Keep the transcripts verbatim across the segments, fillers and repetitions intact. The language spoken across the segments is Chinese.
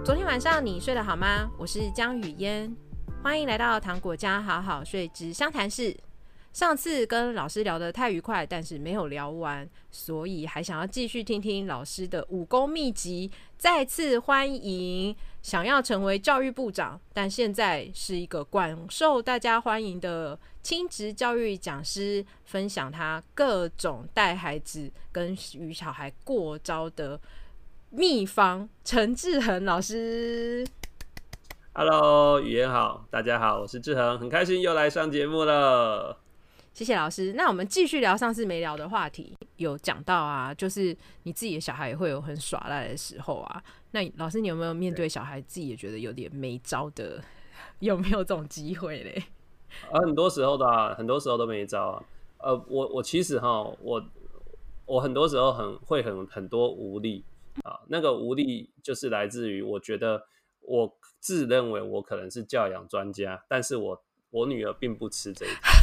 昨天晚上你睡得好吗？我是江雨嫣，欢迎来到糖果家好好睡之相谈室。上次跟老师聊得太愉快，但是没有聊完，所以还想要继续听听老师的武功秘籍。再次欢迎想要成为教育部长，但现在是一个广受大家欢迎的亲职教育讲师，分享他各种带孩子跟与小孩过招的秘方，陈志恒老师。 Hello， 语言好，大家好，我是志恒，很开心又来上节目了。 谢谢老师。那我们继续聊上次没聊的话题，有讲到啊，就是你自己的小孩也会有很耍赖的时候啊。那老师，你有没有面对小孩自己也觉得有点没招的？有没有这种机会嘞？ 啊，很多时候的、啊，很多时候都没招啊。呃，我我其实哈，我我很多时候很会很很多无力啊，那个无力就是来自于我觉得我自认为我可能是教养专家，但是我我女儿并不吃这一套。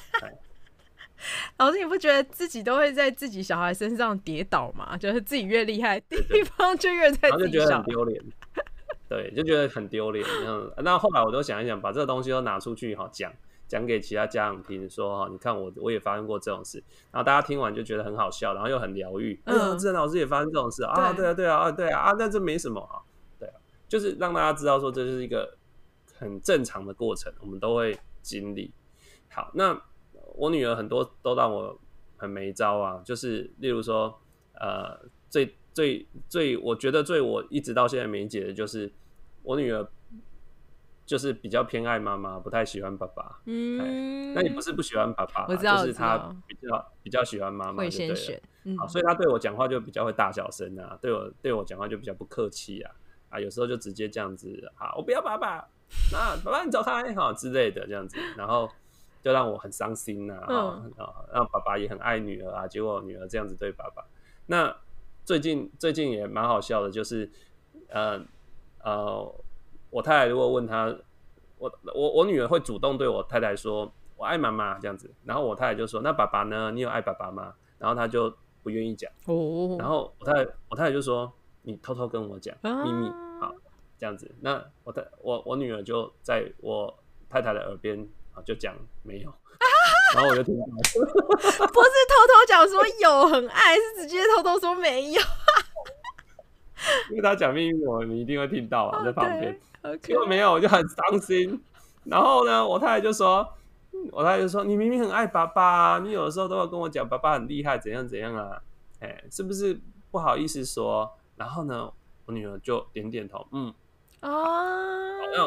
老师，你不觉得自己都会在自己小孩身上跌倒吗？就是自己越厉害，地方就越在自己小孩，然后就觉得很丢脸。对，就觉得很丢脸。那后来我都想一想，把这个东西都拿出去讲，讲给其他家长听，说你看我我也发生过这种事，然后大家听完就觉得很好笑，然后又很疗愈。嗯，志恒老师也发生这种事啊，对啊，对啊，啊，对啊，啊，那这没什么啊，对啊，就是让大家知道说这就是一个很正常的过程，我们都会经历。好，那我女儿很多都让我很没招啊，就是例如说，呃，最最最，我觉得最我一直到现在没解的就是我女儿就是比较偏爱妈妈，不太喜欢爸爸。嗯，那你不是不喜欢爸爸， 我知道， 就是她比较比较喜欢妈妈， 会先选。 嗯，好，所以她对我讲话就比较会大小声啊，对我对我讲话就比较不客气啊，啊，有时候就直接这样子，好，我不要爸爸，那爸爸你走开，好之类的这样子，然后就让我很伤心啊，嗯，让爸爸也很爱女儿啊，结果女儿这样子对爸爸。那最近最近也蛮好笑的，就是呃呃，我太太如果问她，我我我女儿会主动对我太太说“我爱妈妈”这样子，然后我太太就说“那爸爸呢？你有爱爸爸吗？”然后她就不愿意讲，哦，然后我太太我太太就说“你偷偷跟我讲秘密”，好，这样子。那我太我我女儿就在我太太的耳边啊就讲没有。然后我就听到不是偷偷讲说有很爱，是直接偷偷说没有。 因为他讲秘密，我你一定会听到啊， oh, 在旁边。结果 okay. 没有，我就很伤心。然后呢，我太太就说，我太太就说，你明明很爱爸爸，你有的时候都要跟我讲爸爸很厉害，怎样怎样啊，哎，是不是不好意思说？然后呢，我女儿就点点头，嗯，哦、oh. ，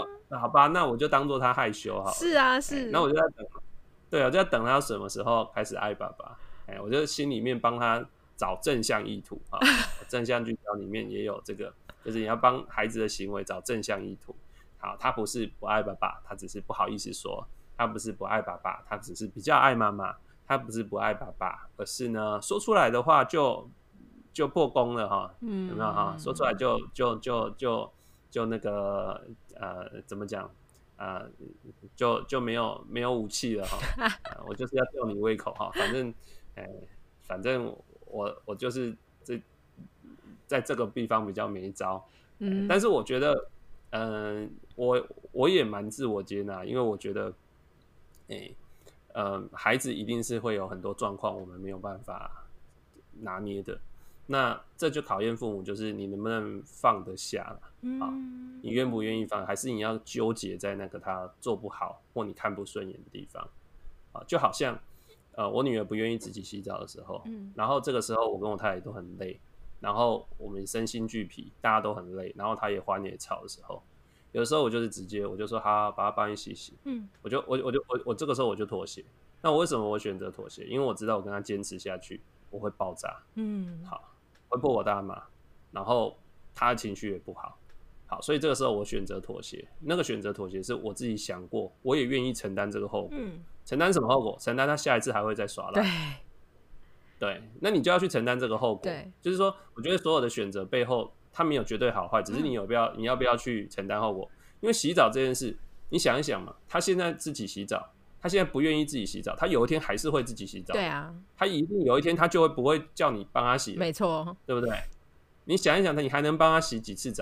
那好吧，那我就当做她害羞好了。 是啊，是。 那我就在等。对啊，就在等他什么时候开始爱爸爸。哎，我就心里面帮他找正向意图啊。正向聚焦里面也有这个，就是你要帮孩子的行为找正向意图。好，他不是不爱爸爸，他只是不好意思说；他不是不爱爸爸，他只是比较爱妈妈；他不是不爱爸爸，而是呢说出来的话就就破功了哈。嗯，有没有哈？说出来就就就就就那个呃，怎么讲？呃，就就没有没有武器了哈、呃，我就是要吊你胃口哈，反正，哎，反正我我就是这在这个地方比较没招，嗯，但是我觉得，嗯、呃，我我也蛮自我接纳，因为我觉得，哎，呃，孩子一定是会有很多状况，我们没有办法拿捏的。那这就考验父母，就是你能不能放得下了、嗯、啊？你愿不愿意放，还是你要纠结在那个他做不好或你看不顺眼的地方啊？就好像呃，我女儿不愿意自己洗澡的时候，嗯，然后这个时候我跟我太太都很累，然后我们身心俱疲，大家都很累，然后她也欢也吵的时候，有的时候我就是直接我就说好，把她帮你洗洗，嗯，我就我我就我我这个时候我就妥协。那我为什么我选择妥协？因为我知道我跟她坚持下去，我会爆炸，嗯，好。会破我大骂，然后他的情绪也不好，好，所以这个时候我选择妥协。那个选择妥协是我自己想过，我也愿意承担这个后果。嗯，承担什么后果？承担他下一次还会再耍赖。对，对，那你就要去承担这个后果。对，就是说，我觉得所有的选择背后，它没有绝对好坏，只是你有不要，嗯、你要不要去承担后果？因为洗澡这件事，你想一想嘛，他现在自己洗澡。他现在不愿意自己洗澡，他有一天还是会自己洗澡。对啊，他一定有一天他就会不会叫你帮他洗， 没错， 对不对？你想一想，你还能帮他洗几次澡？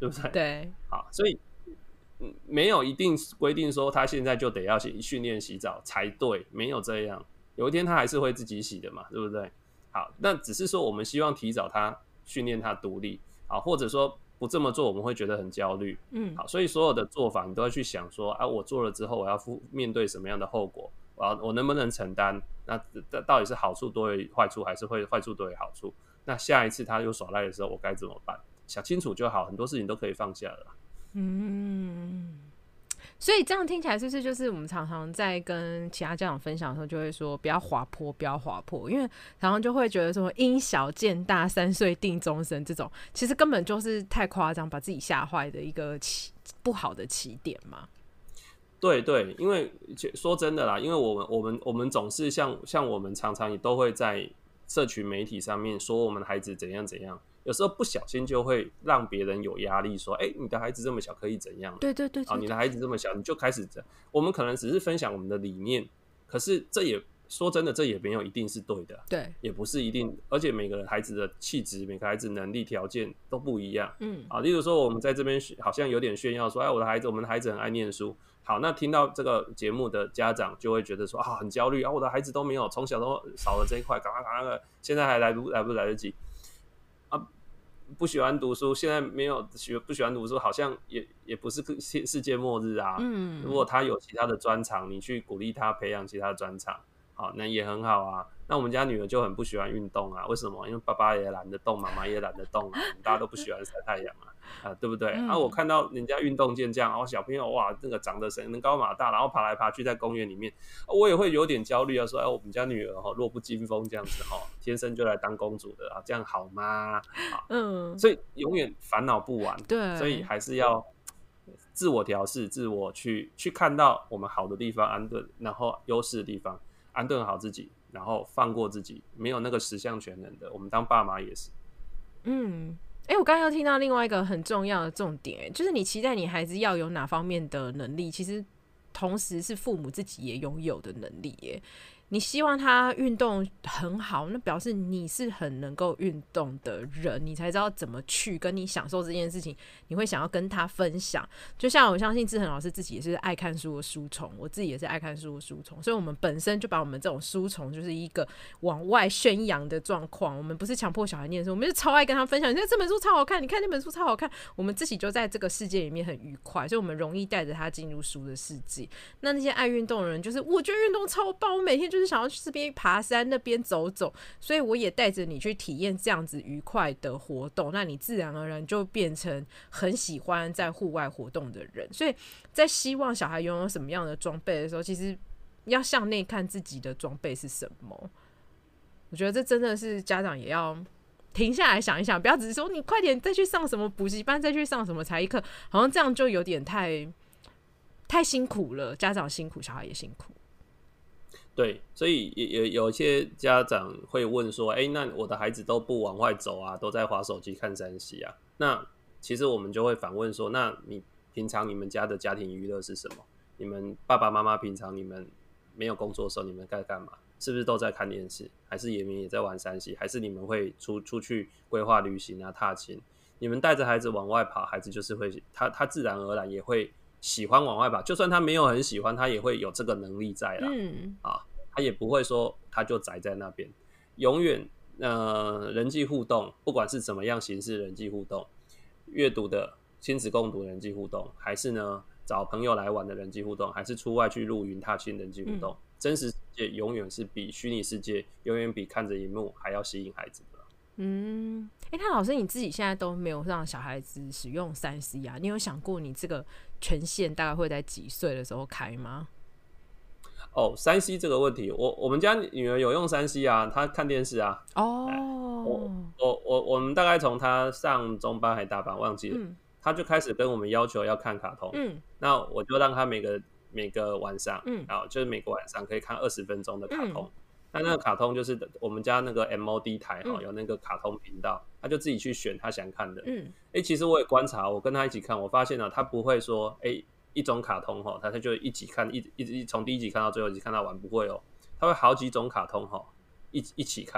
对不对？ 对， 好，所以没有一定规定说他现在就得要训练洗澡才对，没有这样。有一天他还是会自己洗的嘛，对不对？好，那只是说我们希望提早他训练他独立，好，或者说不这么做我们会觉得很焦虑， 嗯， 好，所以所有的做法你都要去想说，啊，我做了之后我要面对什么样的后果，我要我能不能承担？那到底是好处多于坏处，还是会坏处多于好处？那下一次他有耍赖的时候，我该怎么办？想清楚就好，很多事情都可以放下了。 嗯，所以这样听起来是不是就是我们常常在跟其他家长分享的时候，就会说不要滑坡，不要滑坡，因为常常就会觉得说因小见大，三岁定终身这种，其实根本就是太夸张，把自己吓坏的一个起不好的起点嘛。 对对，因为说真的啦，因为我们我们我们总是像像我们常常也都会在社群媒体上面说我们的孩子怎样怎样。有时候不小心就会让别人有压力，说：“哎、欸，你的孩子这么小，可以怎样？” 对对 对, 对, 对， 哦，你的孩子这么小，你就开始这样。我们可能只是分享我们的理念，可是这也说真的，这也没有一定是对的， 对， 也不是一定，而且每个孩子的气质、每个孩子能力条件都不一样。 嗯， 啊，例如说我们在这边好像有点炫耀说：“哎，我的孩子，我们的孩子很爱念书。”好，那听到这个节目的家长就会觉得说：“啊，很焦虑啊，我的孩子都没有，从小都少了这一块，赶快赶快，现在还来不来不来得及啊？”不喜欢读书，现在没有不喜欢读书，好像也也不是世界末日啊。嗯，如果他有其他的专长，你去鼓励他培养其他的专长，好，那也很好啊。那我们家女儿就很不喜欢运动啊，为什么？因为爸爸也懒得动，妈妈也懒得动啊，大家都不喜欢晒太阳啊。啊，对不对？嗯、啊，我看到人家运动健将，哦，小朋友哇，那个长得人高马大，然后爬来爬去在公园里面，我也会有点焦虑啊，说，哎，我们家女儿哈、哦、弱不禁风这样子哈、哦，天生就来当公主的啊，这样好吗？啊，嗯，所以永远烦恼不完， 对， 所以还是要自我调试，自我去去看到我们好的地方安顿，然后优势的地方安顿好自己，然后放过自己，没有那个十项全能的，我们当爸妈也是， 嗯。哎、欸，我刚刚又听到另外一个很重要的重点、欸，就是你期待你孩子要有哪方面的能力，其实同时是父母自己也拥有的能力耶。你希望他运动很好，那表示你是很能够运动的人，你才知道怎么去跟你享受这件事情，你会想要跟他分享。就像我相信志恒老师自己也是爱看书的书虫，我自己也是爱看书的书虫，所以我们本身就把我们这种书虫就是一个往外宣扬的状况。我们不是强迫小孩念书，我们就超爱跟他分享，你看这本书超好看，你看那本书超好看，我们自己就在这个世界里面很愉快，所以我们容易带着他进入书的世界。那那些爱运动的人，就是我觉得运动超棒，我每天就是想要去这边爬山那边走走，所以我也带着你去体验这样子愉快的活动，那你自然而然就变成很喜欢在户外活动的人。所以在希望小孩拥有什么样的装备的时候，其实要向内看自己的装备是什么。我觉得这真的是家长也要停下来想一想，不要只是说你快点再去上什么补习班，再去上什么才艺课，好像这样就有点太太辛苦了，家长辛苦，小孩也辛苦。 对，所以有有一些家长会问说：“哎、欸，那我的孩子都不往外走啊，都在滑手机看三 C 啊？”那其实我们就会反问说：“那你平常你们家的家庭娱乐是什么？你们爸爸妈妈平常你们没有工作的时候，你们该干嘛？是不是都在看电视？还是你们也在玩三 C？ 还是你们会出出去规划旅行啊、踏青？你们带着孩子往外跑，孩子就是会他他自然而然也会。”喜欢往外跑，就算他没有很喜欢，他也会有这个能力在啦。嗯，啊，他也不会说他就宅在那边，永远呃人际互动，不管是怎么样形式人际互动，阅读的亲子共读的人际互动，还是呢找朋友来玩的人际互动，还是出外去露营踏青人际互动，嗯、真实世界永远是比虚拟世界，永远比看着荧幕还要吸引孩子的。 嗯，哎、欸，那老师你自己现在都没有让小孩子使用三 C 啊？你有想过你这个权限大概会在几岁的时候开吗？ 哦，三 C 这个问题，我我们家女儿有用三 C 啊，她看电视啊。 哦， 我我我我们大概从她上中班还大班忘记了，嗯、她就开始跟我们要求要看卡通。嗯，那我就让她每个每个晚上，嗯，然后就是每个晚上可以看二十分钟的卡通。嗯，那那个卡通就是我们家那个 M O D 台、嗯、有那个卡通频道，他就自己去选他想看的。嗯，哎、欸，其实我也观察，我跟他一起看，我发现了他不会说，哎、欸，一种卡通哈，他他就一起看，一一从第一集看到最后一集看到完，不会哦，他会好几种卡通哈，一一起看。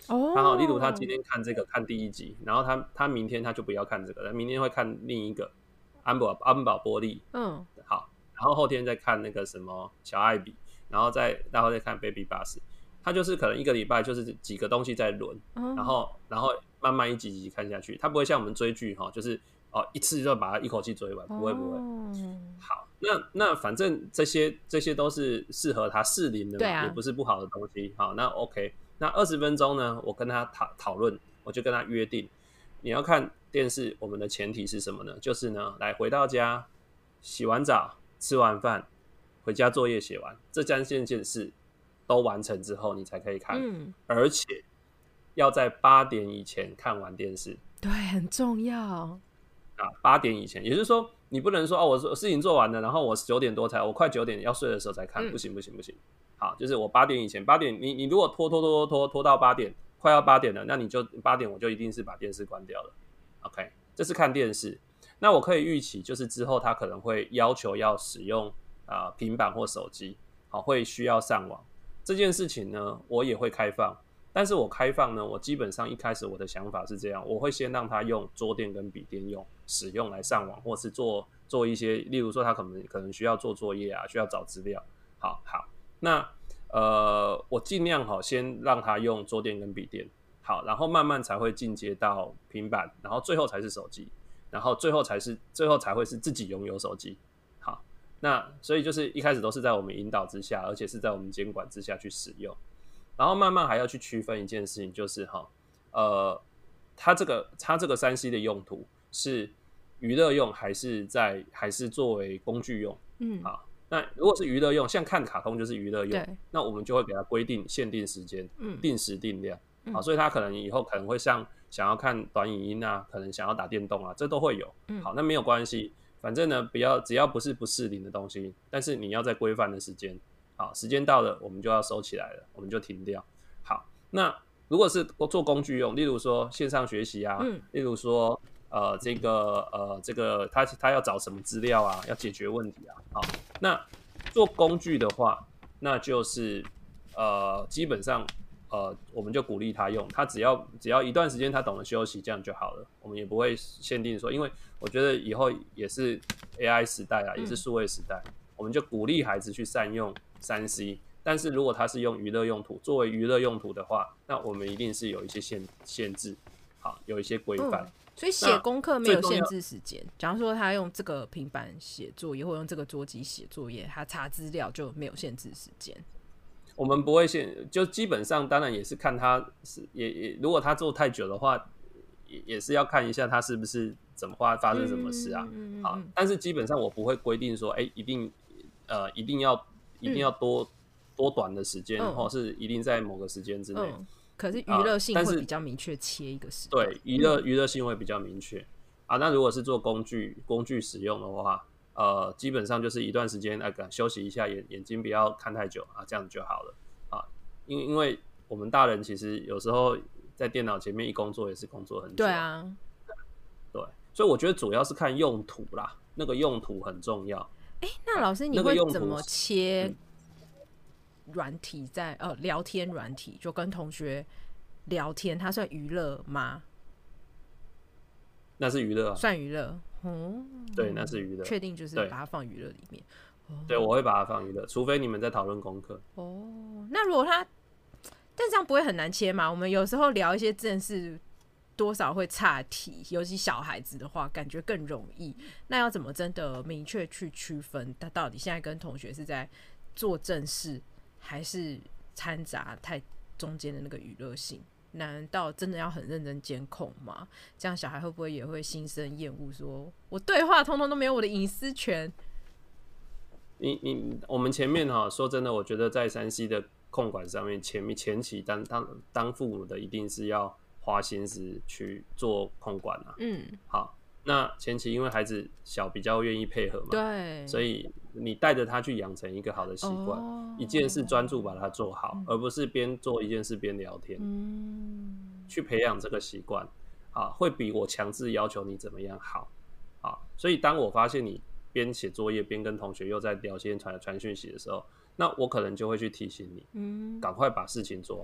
哦， 他好，例如他今天看这个看第一集，然后他他明天他就不要看这个，他明天会看另一个安保安保玻璃， 嗯， 好，然后后天再看那个什么小艾比，然后再然后再看 Baby Bus， 他就是可能一个礼拜就是几个东西在轮， 哦、 然后然后慢慢一集一集看下去，他不会像我们追剧哈，就是哦一次就把它一口气追完，不会不会。 哦、 好，那那反正这些这些都是适合他适龄的嘛， 啊、 也不是不好的东西。好，那 OK， 那二十分钟呢，我跟他讨讨论，我就跟他约定，你要看电视，我们的前提是什么呢？就是呢，来回到家，洗完澡，吃完饭，回家作业写完，这三件件事都完成之后，你才可以看， 嗯， 而且要在八点以前看完电视。 对，很重要啊，八点以前，也就是说，你不能说哦，我事情做完了，然后我九点多才，我快九点要睡的时候才看， 嗯、 不行不行不行。好，就是我八点以前，八点你你如果拖拖拖拖拖拖到八点，快要八点了，那你就八点我就一定是把电视关掉了。OK， 这是看电视。那我可以预期，就是之后他可能会要求要使用啊、呃、平板或手机，好，会需要上网这件事情呢，我也会开放。但是我开放呢，我基本上一开始我的想法是这样，我会先让他用桌垫跟笔电用使用来上网，或是做做一些，例如说他可能可能需要做作业啊，需要找资料。好好，那呃，我尽量好先让他用桌垫跟笔电，好，然后慢慢才会进阶到平板，然后最后才是手机，然后最后才是最后才会是自己拥有手机。好，那所以就是一开始都是在我们引导之下，而且是在我们监管之下去使用。然后慢慢还要去区分一件事情，就是哈，呃，它这个它这个三 C 的用途是娱乐用，还是在还是作为工具用？嗯，好，那如果是娱乐用，像看卡通就是娱乐用，那我们就会给它规定限定时间，嗯，定时定量，好、嗯，所以他可能以后可能会像想要看短影音啊，可能想要打电动啊，这都会有。嗯，好，那没有关系，反正呢，不要只要不是不适龄的东西，但是你要在规范的时间。好，时间到了，我们就要收起来了，我们就停掉。好，那如果是做工具用，例如说线上学习啊，嗯、例如说呃这个呃这个他他要找什么资料啊，要解决问题啊，好，那做工具的话，那就是呃基本上呃我们就鼓励他用，他只要只要一段时间他懂得休息，这样就好了，我们也不会限定说，因为我觉得以后也是 A I 时代啊，也是数位时代，嗯、我们就鼓励孩子去善用三 C， 但是如果他是用娱乐用途，作为娱乐用途的话，那我们一定是有一些限限制，好，有一些规范。嗯、 所以写功课没有限制时间。假如说他用这个平板写作业，或用这个桌机写作业，他查资料就没有限制时间。 我们不会限，就基本上当然也是看他是也也，如果他做太久的话，也也是要看一下他是不是怎么发发生什么事啊。嗯、好，但是基本上我不会规定说，哎、欸，一定呃一定要。一定要多、嗯、多短的时间，或、嗯、是一定在某个时间之内、嗯。 可是娱乐性会比较明确，切一个时段。 对，娱乐娱乐性会比较明确啊。那如果是做工具工具使用的话，呃，基本上就是一段时间那个休息一下，眼眼睛不要看太久啊，这样就好了啊。因为因为我们大人其实有时候在电脑前面一工作也是工作很久。 对啊， 对，所以我觉得主要是看用途啦，那个用途很重要。 哎、欸，那老师你会怎么切软体在、嗯、呃聊天软体，就跟同学聊天，它算娱乐吗？ 那是娱乐、啊， 算娱乐。哦， 对，那是娱乐。 确定就是把它放娱乐里面。 对，我会把它放娱乐，除非你们在讨论功课。 哦，那如果他，但这样不会很难切吗？我们有时候聊一些正事。多少会岔题，尤其小孩子的话，感觉更容易。那要怎么真的明确去区分，他到底现在跟同学是在做正事，还是掺杂太中间的那个娱乐性？难道真的要很认真监控吗？这样小孩会不会也会心生厌恶，说我对话通通都没有我的隐私权？ 你你我们前面哈说真的，我觉得在三 C 的控管上面，前面前期当当当父母的一定是要。花心思去做控管啊，嗯，好，那前期因为孩子小，比较愿意配合嘛， 对， 所以你带着他去养成一个好的习惯，哦、一件事专注把它做好，嗯、而不是边做一件事边聊天，嗯，去培养这个习惯，啊，会比我强制要求你怎么样好，啊，所以当我发现你边写作业边跟同学又在聊天传传讯息的时候，那我可能就会去提醒你，嗯，赶快把事情做好。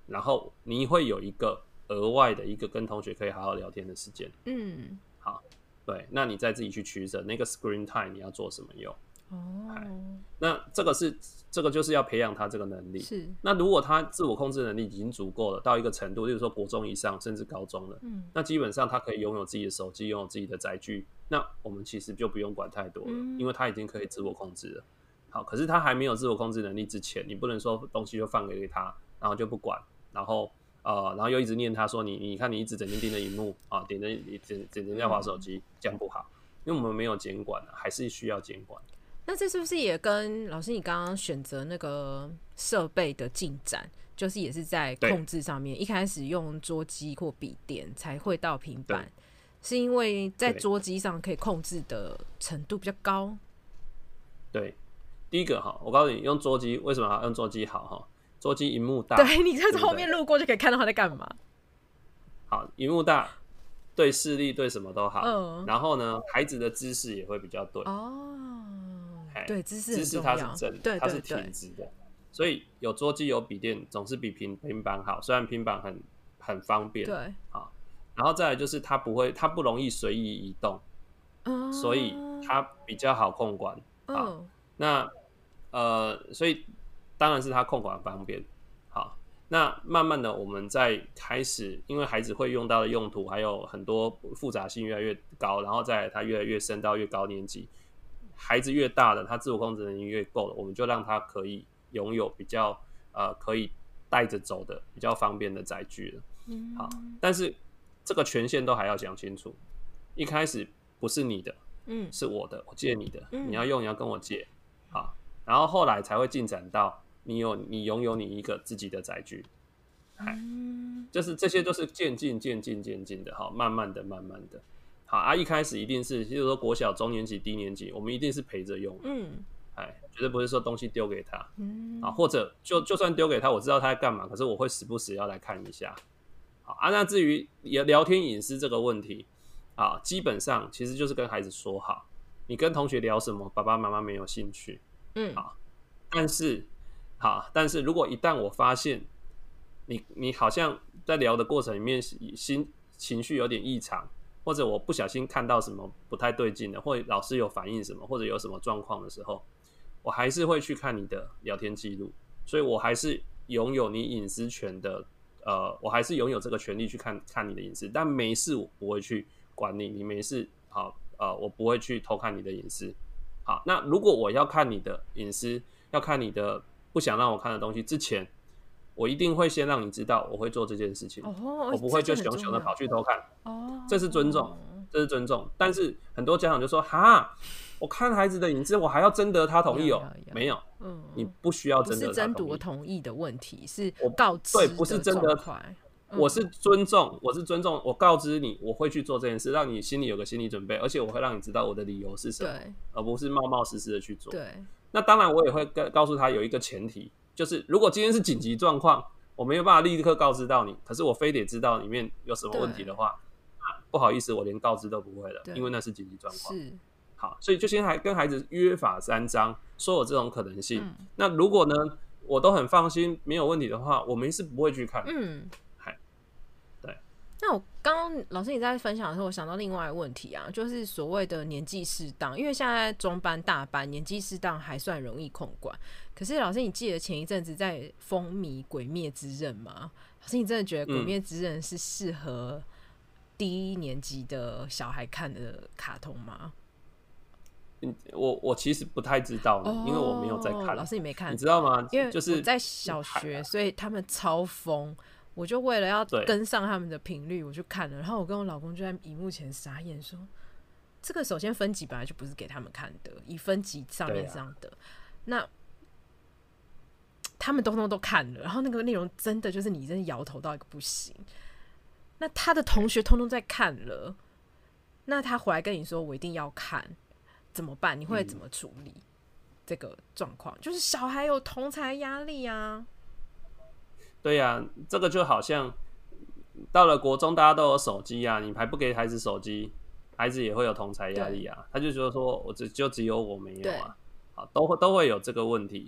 然后你会有一个额外的一个跟同学可以好好聊天的时间。 嗯， 好，对，那你再自己去取舍那个 screen time 你要做什么用。 哦， 那这个是这个就是要培养他这个能力。 是， 那如果他自我控制能力已经足够了，到一个程度，例如说国中以上甚至高中了，嗯，那基本上他可以拥有自己的手机，拥有自己的载具，那我们其实就不用管太多了，嗯，因为他已经可以自我控制了。好，可是他还没有自我控制能力之前，你不能说东西就放给他，然后就不管，然后呃，然后又一直念他说你你看你一直整天盯着荧幕啊，点着点点着在滑手机，这样不好，因为我们没有监管，还是需要监管。 那这是不是也跟老师你刚刚选择那个设备的进展，就是也是在控制上面？一开始用桌机或笔电才会到平板，是因为在桌机上可以控制的程度比较高？ 对，第一个哈，我告诉你，用桌机为什么要用桌机好哈？桌机萤幕大， 对，你在后面路过就可以看到他在干嘛。 好，萤幕大，对视力对什么都好。嗯，然后呢，孩子的姿势也会比较对。哦。 对，姿势姿势它是正的，它是挺直的，所以有桌机有笔电总是比平平板好。虽然平板很很方便， 对啊，然后再来就是它不会，它不容易随意移动，哦，所以它比较好控管。啊，哦，那呃，所以当然是它控管方便。好，那慢慢的我们在开始，因为孩子会用到的用途还有很多复杂性越来越高，然后再来它越来越升到越高年级。孩子越大了，他自我控制能力越够了，我们就让他可以拥有比较呃可以带着走的比较方便的载具了。嗯，好，但是这个权限都还要讲清楚。一开始不是你的，嗯，是我的，我借你的，嗯，你要用你要跟我借，好，然后后来才会进展到你有你拥有你一个自己的载具。嗯，就是这些都是渐进渐进渐进的，好，慢慢的慢慢的。好啊，一开始一定是，就是说国小中年级、低年级，我们一定是陪着用，嗯，哎，绝对不是说东西丢给他，嗯，啊，或者就就算丢给他，我知道他在干嘛，可是我会时不时要来看一下，好啊。那至于聊天隐私这个问题，啊，基本上其实就是跟孩子说好，你跟同学聊什么，爸爸妈妈没有兴趣，嗯，好，但是，好，但是如果一旦我发现你你好像在聊的过程里面心情绪有点异常。或者我不小心看到什么不太对劲的，或者老师有反映什么，或者有什么状况的时候，我还是会去看你的聊天记录，所以我还是拥有你隐私权的，呃，我还是拥有这个权利去看看你的隐私，但没事我不会去管你，你没事，好，呃，我不会去偷看你的隐私。好，那如果我要看你的隐私，要看你的不想让我看的东西之前，我一定会先让你知道我会做这件事情，哦，我不会就熊熊的跑去偷看，哦，这是尊重，这是尊重。但是很多家长就说：“哈，我看孩子的隐私，我还要征得他同意哦？”没有，嗯，你不需要征得他同意， 不是争夺同意的问题，是告知的状态。对， 不是征得，我是尊重，我是尊重，我告知你我会去做这件事，让你心里有个心理准备，而且我会让你知道我的理由是什么，而不是冒冒失失的去做。对，那当然我也会告诉他有一个前提。就是如果今天是紧急状况，我没有办法立刻告知到你，可是我非得知道里面有什么问题的话，不好意思，我连告知都不会了，因为那是紧急状况。是，好，所以就先还跟孩子约法三章，说有这种可能性。嗯，那如果呢，我都很放心，没有问题的话，我们是不会去看。嗯，对。 那我刚刚老师你在分享的时候，我想到另外一个问题啊，就是所谓的年纪适当，因为现在中班、大班年纪适当还算容易控管。可是老师，你记得前一阵子在风靡《鬼灭之刃》吗？老师，你真的觉得《鬼灭之刃》是适合低年级的小孩看的卡通吗？ 嗯，我我其实不太知道呢，哦，因为我没有在看。 老师，你没看， 你知道吗？ 因为就是我在小学，所以他们超疯，我就为了要跟上他们的频率，我就看了。然后我跟我老公就在荧幕前傻眼说：“这个首先分级本来就不是给他们看的，以分级上面这样的，啊，那。”他们通通都看了，然后那个内容真的就是你真的摇头到一个不行。那他的同学通通在看了，那他回来跟你说我一定要看，怎么办？你会怎么处理这个状况？就是小孩有同侪压力啊。 对呀，啊，这个就好像到了国中大家都有手机啊，你还不给孩子手机，孩子也会有同侪压力啊。他就觉得说我只就只有我没有啊，好，都会都会有这个问题。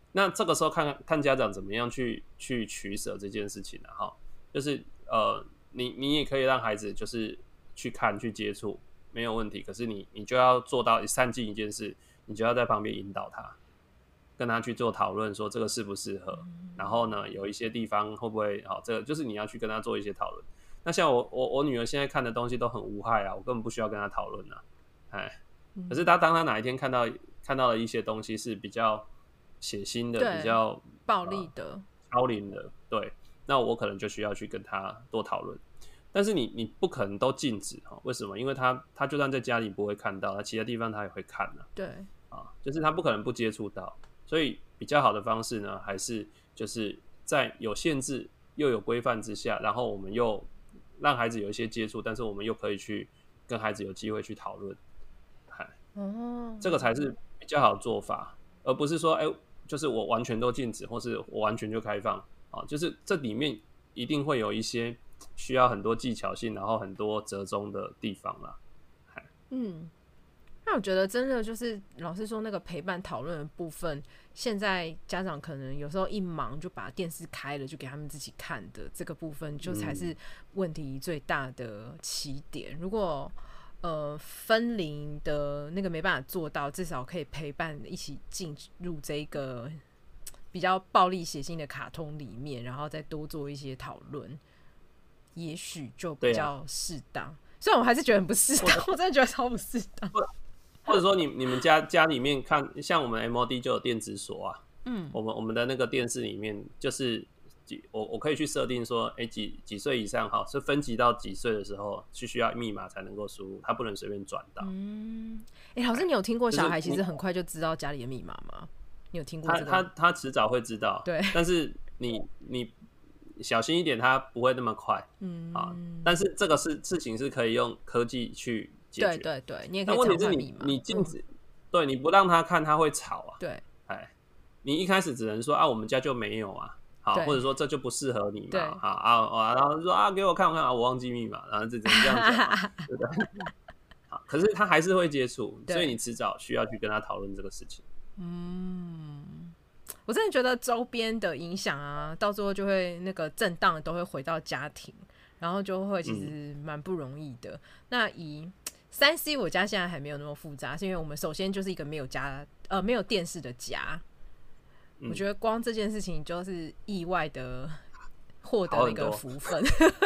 那这个时候看看家长怎么样去去取舍这件事情啊，哈，就是呃，你你也可以让孩子就是去看去接触没有问题，可是你你就要做到善尽一件事，你就要在旁边引导他，跟他去做讨论，说这个适不适合，然后呢，有一些地方会不会好，这个就是你要去跟他做一些讨论。那像我我我女儿现在看的东西都很无害啊，我根本不需要跟她讨论啊，哎，可是她当她哪一天看到看到了一些东西是比较血腥的，比较暴力的、呃、 超龄的，对，那我可能就需要去跟她多讨论。但是你你不可能都禁止哈？为什么？因为他他就算在家里不会看到，他其他地方他也会看啊。 对啊，就是他不可能不接触到，所以比较好的方式呢，还是就是在有限制又有规范之下，然后我们又让孩子有一些接触，但是我们又可以去跟孩子有机会去讨论，哦，这个才是比较好的做法，而不是说，哎、欸，就是我完全都禁止，或是我完全就开放啊，就是这里面一定会有一些需要很多技巧性，然后很多折中的地方啦。 嗯，那我觉得真的就是老师说那个陪伴讨论的部分，现在家长可能有时候一忙就把电视开了，就给他们自己看的这个部分，就才是问题最大的起点。如果呃分龄的那个没办法做到，至少可以陪伴一起进入这个比较暴力血腥的卡通里面，然后再多做一些讨论，也许就比较适当。啊、虽然我还是觉得很不适当，我真的觉得超不适当。 或者说你你们家家里面看，像我们 M O D 就有电子锁啊，嗯，我们我们的那个电视里面就是我我可以去设定说，哎、欸、几几岁以上哈，是分级到几岁的时候是需要密码才能够输入，他不能随便转到。 嗯，哎、欸，老师你有听过小孩其实很快就知道家里的密码吗？你有听过这个？ 他他他迟早会知道， 对， 但是你你小心一点，他不会那么快，嗯啊，但是这个是事情是可以用科技去解决， 对对对，你也可以但问题是你你禁止、嗯，对，你不让他看，他会吵啊， 对， 哎，你一开始只能说啊，我们家就没有啊，好，或者说这就不适合你嘛，好啊，然后说啊，给我看我看啊，我忘记密码，然后只能这样讲，对不对？好，可是他还是会接触，所以你迟早需要去跟他讨论这个事情。 嗯，我真的觉得周边的影响啊，到最后就会那个震荡都会回到家庭，然后就会其实蛮不容易的。嗯、那以三 C 我家现在还没有那么复杂，是因为我们首先就是一个没有家呃没有电视的家、嗯，我觉得光这件事情就是意外的获得那个福分，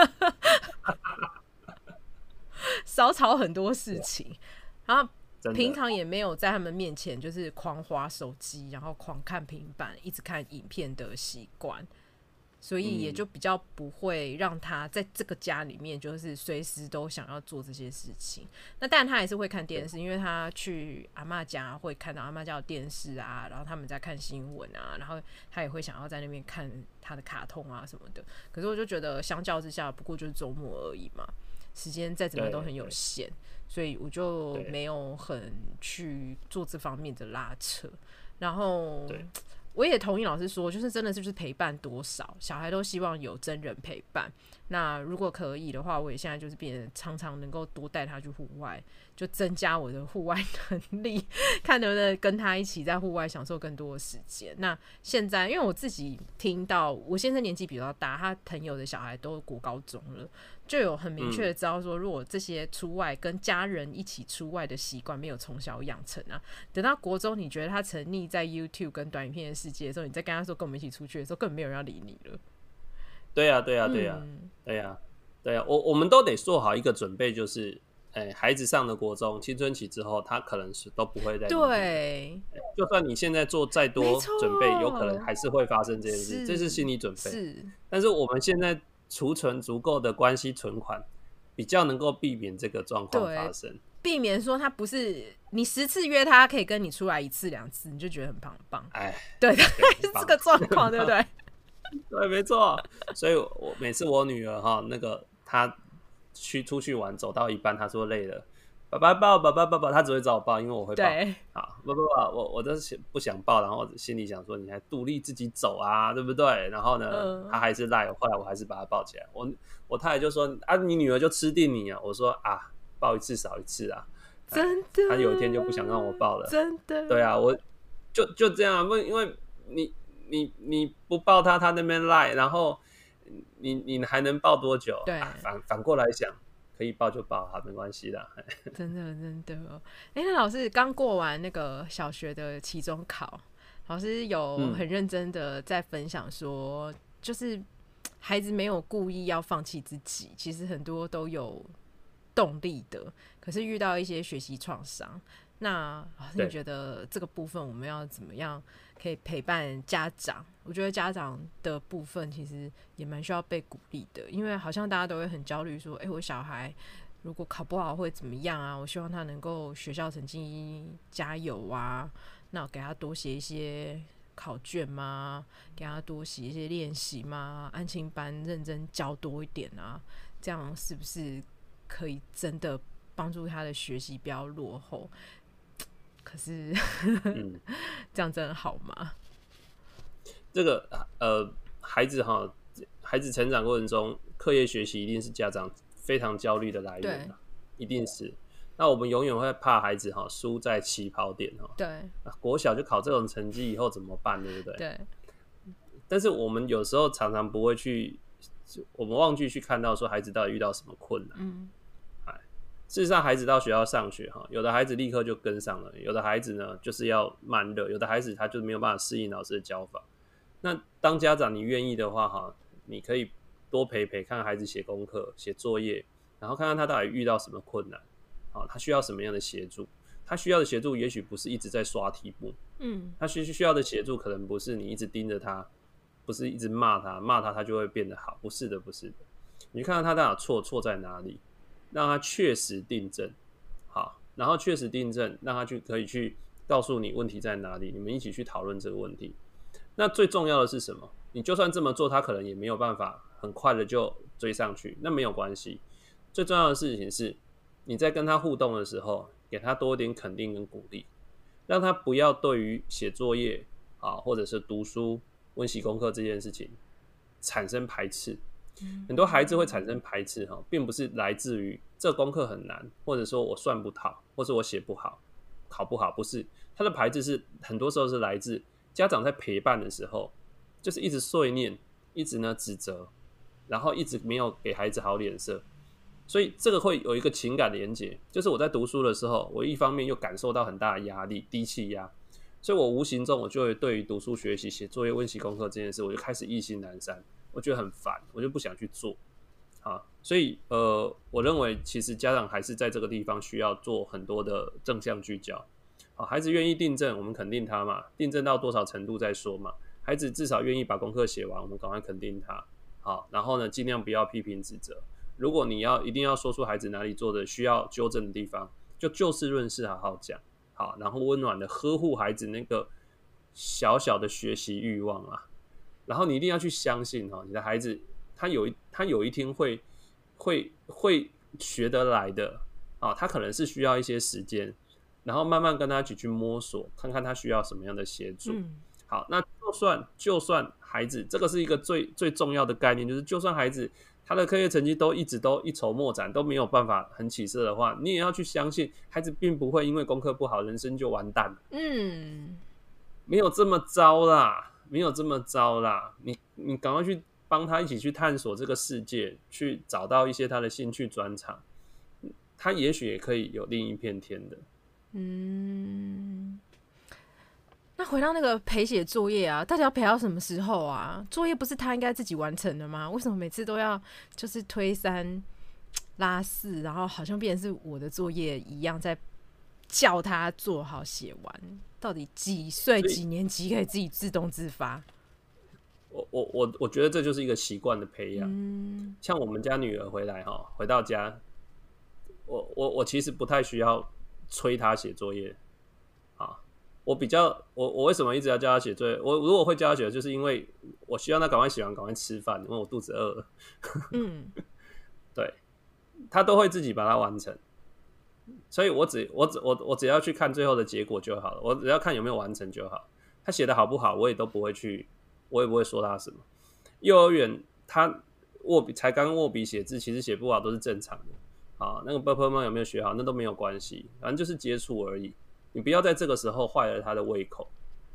少吵很多事情，然后。平常也没有在他们面前就是狂滑手机，然后狂看平板，一直看影片的习惯，所以也就比较不会让他在这个家里面就是随时都想要做这些事情。那当然他还是会看电视，因为他去阿嬷家会看到阿嬷家的电视啊，然后他们在看新闻啊，然后他也会想要在那边看他的卡通啊什么的。可是我就觉得相较之下，不过就是周末而已嘛，时间再怎么都很有限。所以我就没有很去做这方面的拉扯，然后我也同意老师说，就是真的就是陪伴多少，小孩都希望有真人陪伴。那如果可以的话，我也现在就是变得常常能够多带他去户外，就增加我的户外能力，看能不能跟他一起在户外享受更多的时间。那现在因为我自己听到我先生年纪比较大，他朋友的小孩都国高中了，就有很明确的知道说，如果这些出外跟家人一起出外的习惯没有从小养成啊，等到国中你觉得他沉溺在 YouTube 跟短影片的世界的时候，你再跟他说跟我们一起出去的时候，根本没有人要理你了。 对呀、啊，对呀、啊，对呀、啊嗯，对呀、啊，对呀、啊，我我们都得做好一个准备，就是，哎，孩子上了国中青春期之后，他可能是都不会再对， 就算你现在做再多准备，有可能还是会发生这件事，是这是心理准备。 是， 但是我们现在储存足够的关系存款，比较能够避免这个状况发生， 避免说他不是你十次约他可以跟你出来一次两次，你就觉得很棒棒。 哎， 对，是这个状况，对不对？ 对，没错。所以我每次我女儿哈，那个她去出去玩，走到一半，她说累了，爸爸抱，爸爸抱抱，她只会找我抱，因为我会抱。 对， 好，不不不，我我都是不想抱，然后心里想说，你还独立自己走啊，对不对？然后呢，嗯、她还是赖，后来我还是把她抱起来。我我太太就说啊，你女儿就吃定你啊。我说啊，抱一次少一次啊。 真的， 她有一天就不想让我抱了， 真的。 对啊，我就就这样，因为你你你不抱他，他那边赖，然后你你还能抱多久？ 对， 啊、反反过来想，可以抱就抱，好，没关系啦。 真的真的。哎、欸，那老师刚过完那个小学的期中考，老师有很认真的在分享说，嗯、就是孩子没有故意要放弃自己，其实很多都有动力的，可是遇到一些学习创伤。那老师你觉得这个部分我们要怎么样可以陪伴家长？我觉得家长的部分其实也蛮需要被鼓励的，因为好像大家都会很焦虑说，哎、欸，我小孩如果考不好会怎么样啊？我希望他能够学校成绩加油啊，那我给他多写一些考卷吗？给他多写一些练习吗？安亲班认真教多一点啊，这样是不是可以真的帮助他的学习不要落后？可是，嗯，这样真的好吗？ 这个呃，孩子哈，孩子成长过程中，课业学习一定是家长非常焦虑的来源，一定是。那我们永远会怕孩子哈输在起跑点哈。 对、 啊，国小就考这种成绩，以后怎么办？对不对？ 对。 但是我们有时候常常不会去，我们忘记去看到说孩子到底遇到什么困难。嗯。事实上，孩子到学校上学哈，有的孩子立刻就跟上了，有的孩子呢就是要慢热，有的孩子他就没有办法适应老师的教法。那当家长你愿意的话哈，你可以多陪陪，看看孩子写功课、写作业，然后看看他到底遇到什么困难，啊，他需要什么样的协助。他需要的协助也许不是一直在刷题目，嗯，他需需要的协助可能不是你一直盯着他，不是一直骂他，骂他他就会变得好，不是的，不是的。你看看他哪错，错在哪里？让他确实订正，好，然后确实订正，让他去可以去告诉你问题在哪里，你们一起去讨论这个问题。那最重要的是什么？你就算这么做，他可能也没有办法很快的就追上去，那没有关系。最重要的事情是，你在跟他互动的时候，给他多一点肯定跟鼓励，让他不要对于写作业啊，或者是读书、温习功课这件事情产生排斥。很多孩子会产生排斥，并不是来自于这功课很难，或者说我算不好，或者我写不好，考不好，不是。他的排斥是很多时候是来自家长在陪伴的时候，就是一直碎念，一直呢指责，然后一直没有给孩子好脸色，所以这个会有一个情感连结，就是我在读书的时候，我一方面又感受到很大的压力，低气压，所以我无形中我就会对于读书学习、写作业、温习功课这件事，我就开始意兴阑珊。我觉得很烦，我就不想去做，啊，所以呃，我认为其实家长还是在这个地方需要做很多的正向聚焦，啊，孩子愿意订正，我们肯定他嘛，订正到多少程度再说嘛，孩子至少愿意把功课写完，我们赶快肯定他，好，然后呢，尽量不要批评指责，如果你要一定要说出孩子哪里做的需要纠正的地方，就就事论事好好讲，好，然后温暖的呵护孩子那个小小的学习欲望啊。然后你一定要去相信哈，你的孩子他有他有一天会会会学得来的啊，他可能是需要一些时间，然后慢慢跟他一起去摸索，看看他需要什么样的协助。嗯、好，那就算就算孩子，这个是一个最最重要的概念，就是就算孩子他的课业成绩都一直都一筹莫展，都没有办法很起色的话，你也要去相信，孩子并不会因为功课不好，人生就完蛋了。嗯，没有这么糟啦。没有这么糟啦，你你赶快去帮他一起去探索这个世界，去找到一些他的兴趣专长，他也许也可以有另一片天的。 嗯，那回到那个陪写作业啊，到底要陪到什么时候啊？作业不是他应该自己完成的吗？为什么每次都要就是推三拉四，然后好像变成是我的作业一样，在叫他做好写完？到底几岁几年级可以自己自动自发？ 我我我我觉得这就是一个习惯的培养。嗯、像我们家女儿回来哈，回到家，我我我其实不太需要催她写作业啊。我比较我我为什么一直要叫她写作业？我如果会叫她写，就是因为我希望她赶快写完，赶快吃饭，因为我肚子饿了。嗯，对，她都会自己把它完成。所以我只我只我我只要去看最后的结果就好了，我只要看有没有完成就好。他写的好不好，我也都不会去，我也不会说他什么。幼儿园他握笔才刚握笔写字，其实写不好都是正常的啊。那个 b p m 有没有学好，那都没有关系，反正就是接触而已。你不要在这个时候坏了他的胃口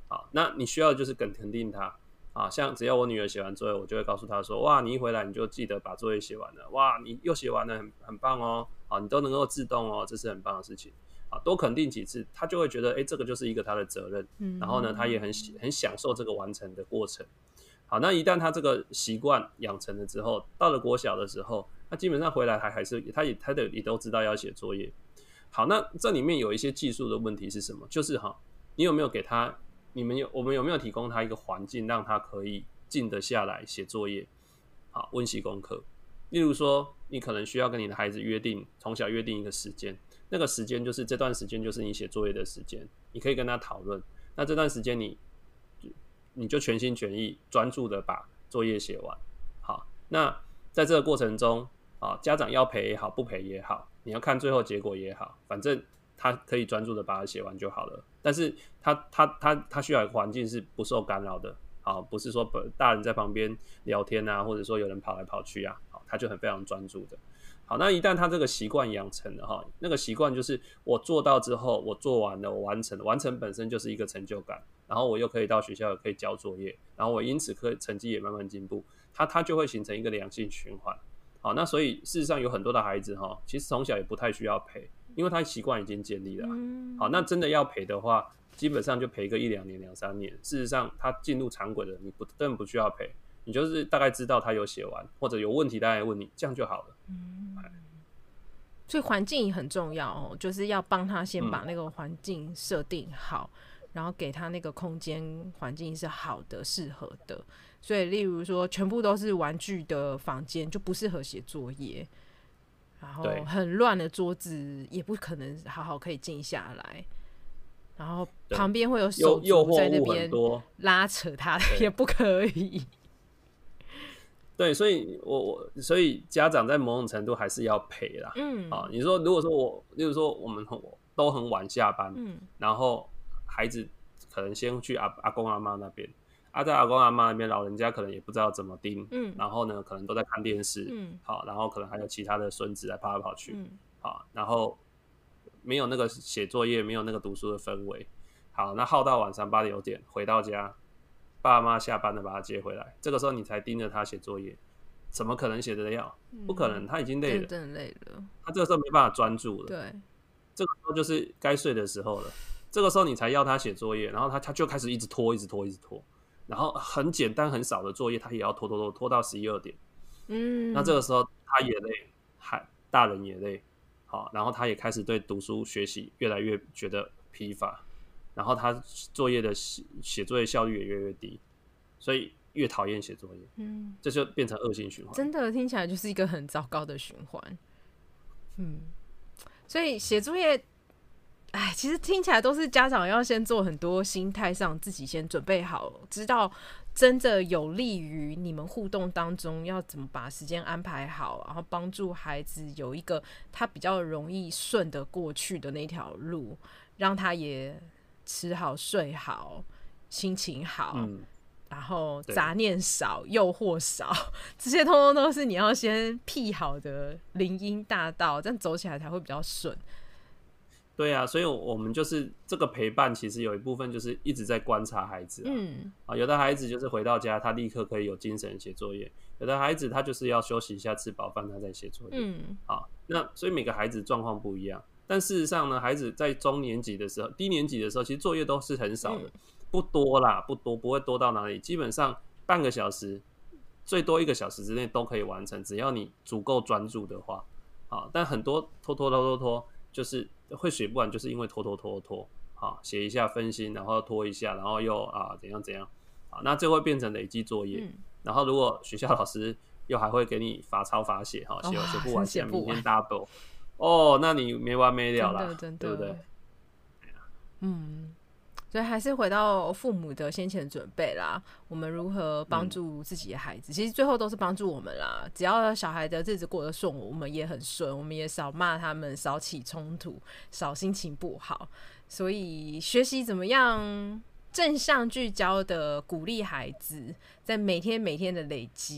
好，那你需要的就是肯肯定他啊。像只要我女儿写完作业，我就会告诉她说：哇，你一回来你就记得把作业写完了，哇，你又写完了，很很棒哦，啊，你都能够自动哦，这是很棒的事情。啊，多肯定几次，他就会觉得，哎、欸，这个就是一个他的责任，嗯、然后呢，他也很很享受这个完成的过程。好，那一旦他这个习惯养成了之后，到了国小的时候，那基本上回来还还是他也他的也都知道要写作业。好，那这里面有一些技术的问题是什么？就是哈，你有没有给他，你们有我们有没有提供他一个环境，让他可以静得下来写作业，好温习功课。例如说，你可能需要跟你的孩子约定，从小约定一个时间。那个时间就是这段时间，就是你写作业的时间，你可以跟他讨论。那这段时间你你就全心全意、专注的把作业写完。好，那在这个过程中啊，家长要陪也好，不陪也好，你要看最后结果也好，反正他可以专注的把它写完就好了。但是他他他他需要一个环境是不受干扰的，好，不是说大人在旁边聊天啊，或者说有人跑来跑去啊，好，他就很非常专注的。好，那一旦他这个习惯养成了哈，那个习惯就是我做到之后，我做完了，我完成了，完成本身就是一个成就感，然后我又可以到学校，也可以交作业，然后我因此可以成绩也慢慢进步，他他就会形成一个良性循环。好，那所以事实上有很多的孩子哈，其实从小也不太需要陪，因为他习惯已经建立了。好，那真的要陪的话，基本上就陪个一两年、两三年。事实上，他进入常轨的，你不根本不需要陪。你就是大概知道他有写完，或者有问题，大概问你，这样就好了。嗯， 所以环境也很重要哦，就是要帮他先把那个环境设定好，嗯、然后给他那个空间环境是好的、适合的。所以，例如说，全部都是玩具的房间，就不适合写作业。然后很乱的桌子也不可能好好可以静下来。然后旁边会有手足在那边拉扯他，也不可以。 对，所以我我所以家长在某种程度还是要陪啦。嗯，啊，你说如果说我，例如说我们都很晚下班，嗯，然后孩子可能先去阿阿公阿妈那边，啊，在阿公阿妈那边，老人家可能也不知道怎么盯，嗯，然后呢，可能都在看电视，嗯，好，然后可能还有其他的孙子来跑来跑去，嗯，好，然后没有那个写作业，没有那个读书的氛围，好，那耗到晚上八九点回到家。爸妈下班了把他接回来，这个时候你才盯着他写作业，怎么可能写得了？不可能，他已经累了， 真的累了。 他这个时候没办法专注了。 对， 这个时候就是该睡的时候了。这个时候你才要他写作业，然后他他就开始一直拖，一直拖，一直拖。然后很简单很少的作业，他也要拖拖拖拖到十一二点。嗯，那这个时候他也累，还大人也累，好，然后他也开始对读书学习越来越觉得疲乏。然后他作业的写作业效率也越来越低，所以越讨厌写作业，嗯，这就变成恶性循环。 真的听起来就是一个很糟糕的循环，嗯，所以写作业，哎，其实听起来都是家长要先做很多心态上自己先准备好，知道真的有利于你们互动当中要怎么把时间安排好，然后帮助孩子有一个他比较容易顺得过去的那条路，让他也吃好睡好心情好、嗯、然后杂念少诱惑少，这些通通都是你要先辟好的林荫大道，这样走起来才会比较顺。 对啊，所以我们就是这个陪伴其实有一部分就是一直在观察孩子、啊嗯、啊，有的孩子就是回到家他立刻可以有精神写作业，有的孩子他就是要休息一下吃饱饭他再写作业、嗯、好，那所以每个孩子状况不一样，但事实上呢，孩子在中年级的时候低年级的时候其实作业都是很少的、嗯、不多啦，不多，不会多到哪里，基本上半个小时最多一个小时之内都可以完成，只要你足够专注的话。好，但很多拖拖拖拖拖就是会写不完，就是因为拖拖拖拖，好，写一下分心，然后拖一下，然后又啊怎样怎样，好，那这会变成累积作业、嗯。然后如果学校老师又还会给你罚抄罚写，哈，写写不完，写明天 double， 哦，那你没完没了啦，真的真的对不对？ 嗯，所以还是回到父母的先前准备啦，我们如何帮助自己的孩子、嗯、其实最后都是帮助我们啦，只要小孩的日子过得顺，我们也很顺，我们也少骂他们，少起冲突，少心情不好，所以学习怎么样正向聚焦的鼓励孩子，在每天每天的累积，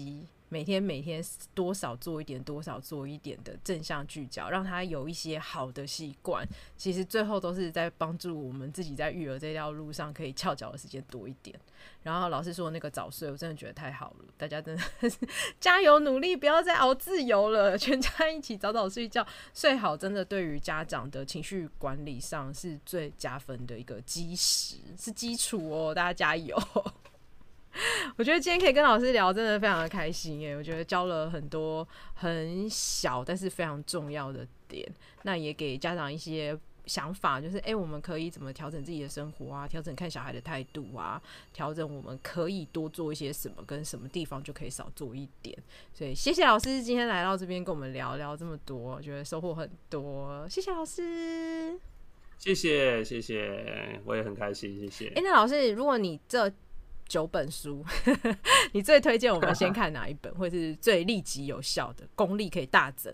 每天每天多少做一点多少做一点的正向聚焦，让他有一些好的习惯，其实最后都是在帮助我们自己在育儿这条路上可以翘脚的时间多一点。然后老师说那个早睡我真的觉得太好了，大家真的是加油努力，不要再熬自由了，全家一起早早睡觉，睡好真的对于家长的情绪管理上是最加分的一个基石，是基础哦，大家加油。我觉得今天可以跟老师聊真的非常的开心耶，我觉得教了很多很小但是非常重要的点，那也给家长一些想法，就是哎、欸，我们可以怎么调整自己的生活啊，调整看小孩的态度啊，调整我们可以多做一些什么，跟什么地方就可以少做一点。所以谢谢老师今天来到这边跟我们聊聊这么多，我觉得收获很多，谢谢老师。 谢谢谢谢，我也很开心，谢谢。 哎、欸，那老师，如果你这九本书你最推荐我们先看哪一本，或是最立即有效的，功力可以大增？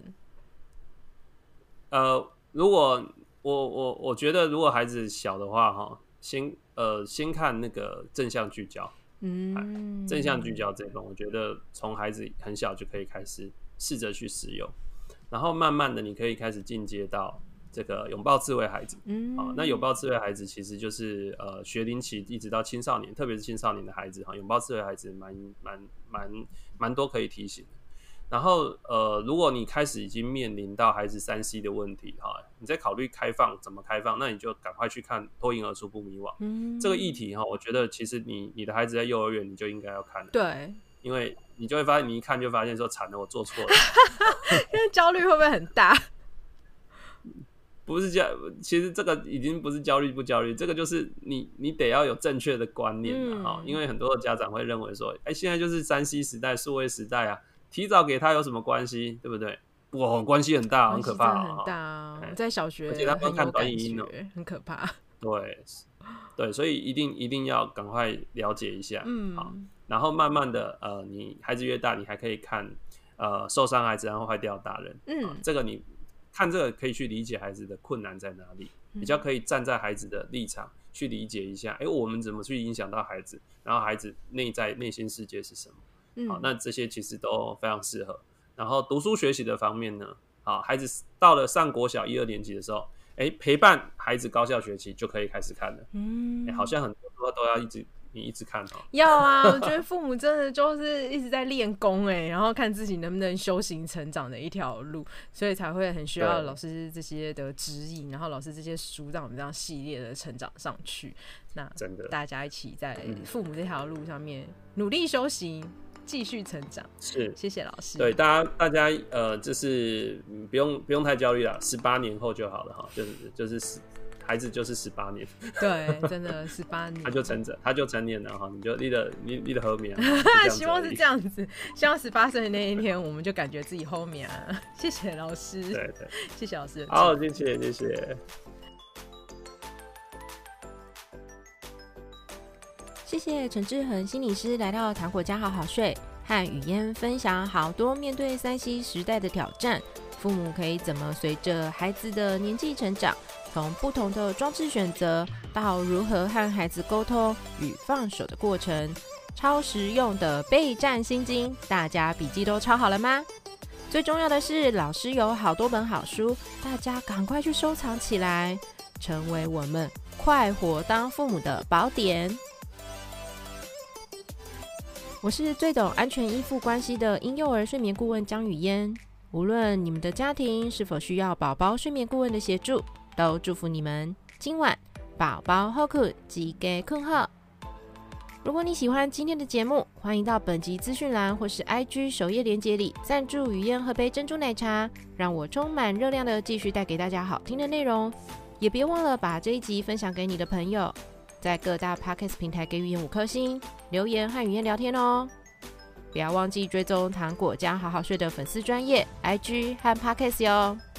呃，如果我我我觉得，如果孩子小的话，哈，先呃先看那个正向聚焦，嗯，正向聚焦这本，我觉得从孩子很小就可以开始试着去使用，然后慢慢的你可以开始进阶到这个拥抱智慧孩子，嗯，啊，那拥抱智慧孩子其实就是呃学龄期一直到青少年，特别是青少年的孩子，哈，拥抱智慧孩子蛮蛮蛮蛮多可以提醒的。然后呃，如果你开始已经面临到孩子 三 C 的问题，哈，你在考虑开放怎么开放，那你就赶快去看托婴儿初步迷惘，嗯，这个议题哈，我觉得其实你你的孩子在幼儿园你就应该要看了， 对， 因为你就会发现你一看就发现说惨了，我做错了， 因为焦虑会不会很大？ 不是焦，其实这个已经不是焦虑不焦虑，这个就是你你得要有正确的观念了，嗯，因为很多的家长会认为说，哎，现在就是 三 C 时代、数位时代啊。提早给他有什么关系，对不对？哇，关系很大，很可怕， 很大啊！我在小学， 而且他们看短影音哦， 很可怕。 对，对，所以一定一定要赶快了解一下，嗯，好，然后慢慢的，呃，你孩子越大，你还可以看，呃，受伤孩子然后坏掉的大人，嗯，这个你看这个可以去理解孩子的困难在哪里，比较可以站在孩子的立场去理解一下，哎，我们怎么去影响到孩子，然后孩子内在内心世界是什么？好，那这些其实都非常适合。然后读书学习的方面呢，好，孩子到了上国小一二年级的时候，哎，陪伴孩子高效学习就可以开始看了。嗯，好像很多书都要一直你一直看哦。 要啊，我觉得父母真的就是一直在练功哎，然后看自己能不能修行成长的一条路，所以才会很需要老师这些的指引，然后老师这些书让我们这样系列的成长上去。那真的，大家一起在父母这条路上面努力修行。继续成长，是，谢谢老师。 对，大家大家呃，就是不用不用太焦虑了，十八年后就好了哈，就是就是孩子就是十八年， 对，真的十八年， 他就成长，他就成年了哈，你就立了你立了后面， 希望是这样子，希望十八岁的那一天，我们就感觉自己后面啊，谢谢老师， 对对， 谢谢老师， 好，谢谢谢谢。 谢谢陈志恒心理师来到糖果家好好睡，和语嫣分享好多面对 三 C 时代的挑战，父母可以怎么随着孩子的年纪成长，从不同的装置选择到如何和孩子沟通与放手的过程，超实用的备战心经，大家笔记都抄好了吗？最重要的是，老师有好多本好书，大家赶快去收藏起来，成为我们快活当父母的宝典。我是最懂安全依附关系的婴幼儿睡眠顾问江语嫣，无论你们的家庭是否需要宝宝睡眠顾问的协助，都祝福你们今晚宝宝好睏，鸡鸡困好。如果你喜欢今天的节目，欢迎到本集资讯栏或是 I G 首页连结里赞助语嫣喝杯珍珠奶茶，让我充满热量的继续带给大家好听的内容。也别忘了把这一集分享给你的朋友，在各大 Podcast 平台给语嫣五颗星，留言和语嫣聊天哦。不要忘记追踪糖果家好好睡的粉丝专页 I G 和 Podcast 哟。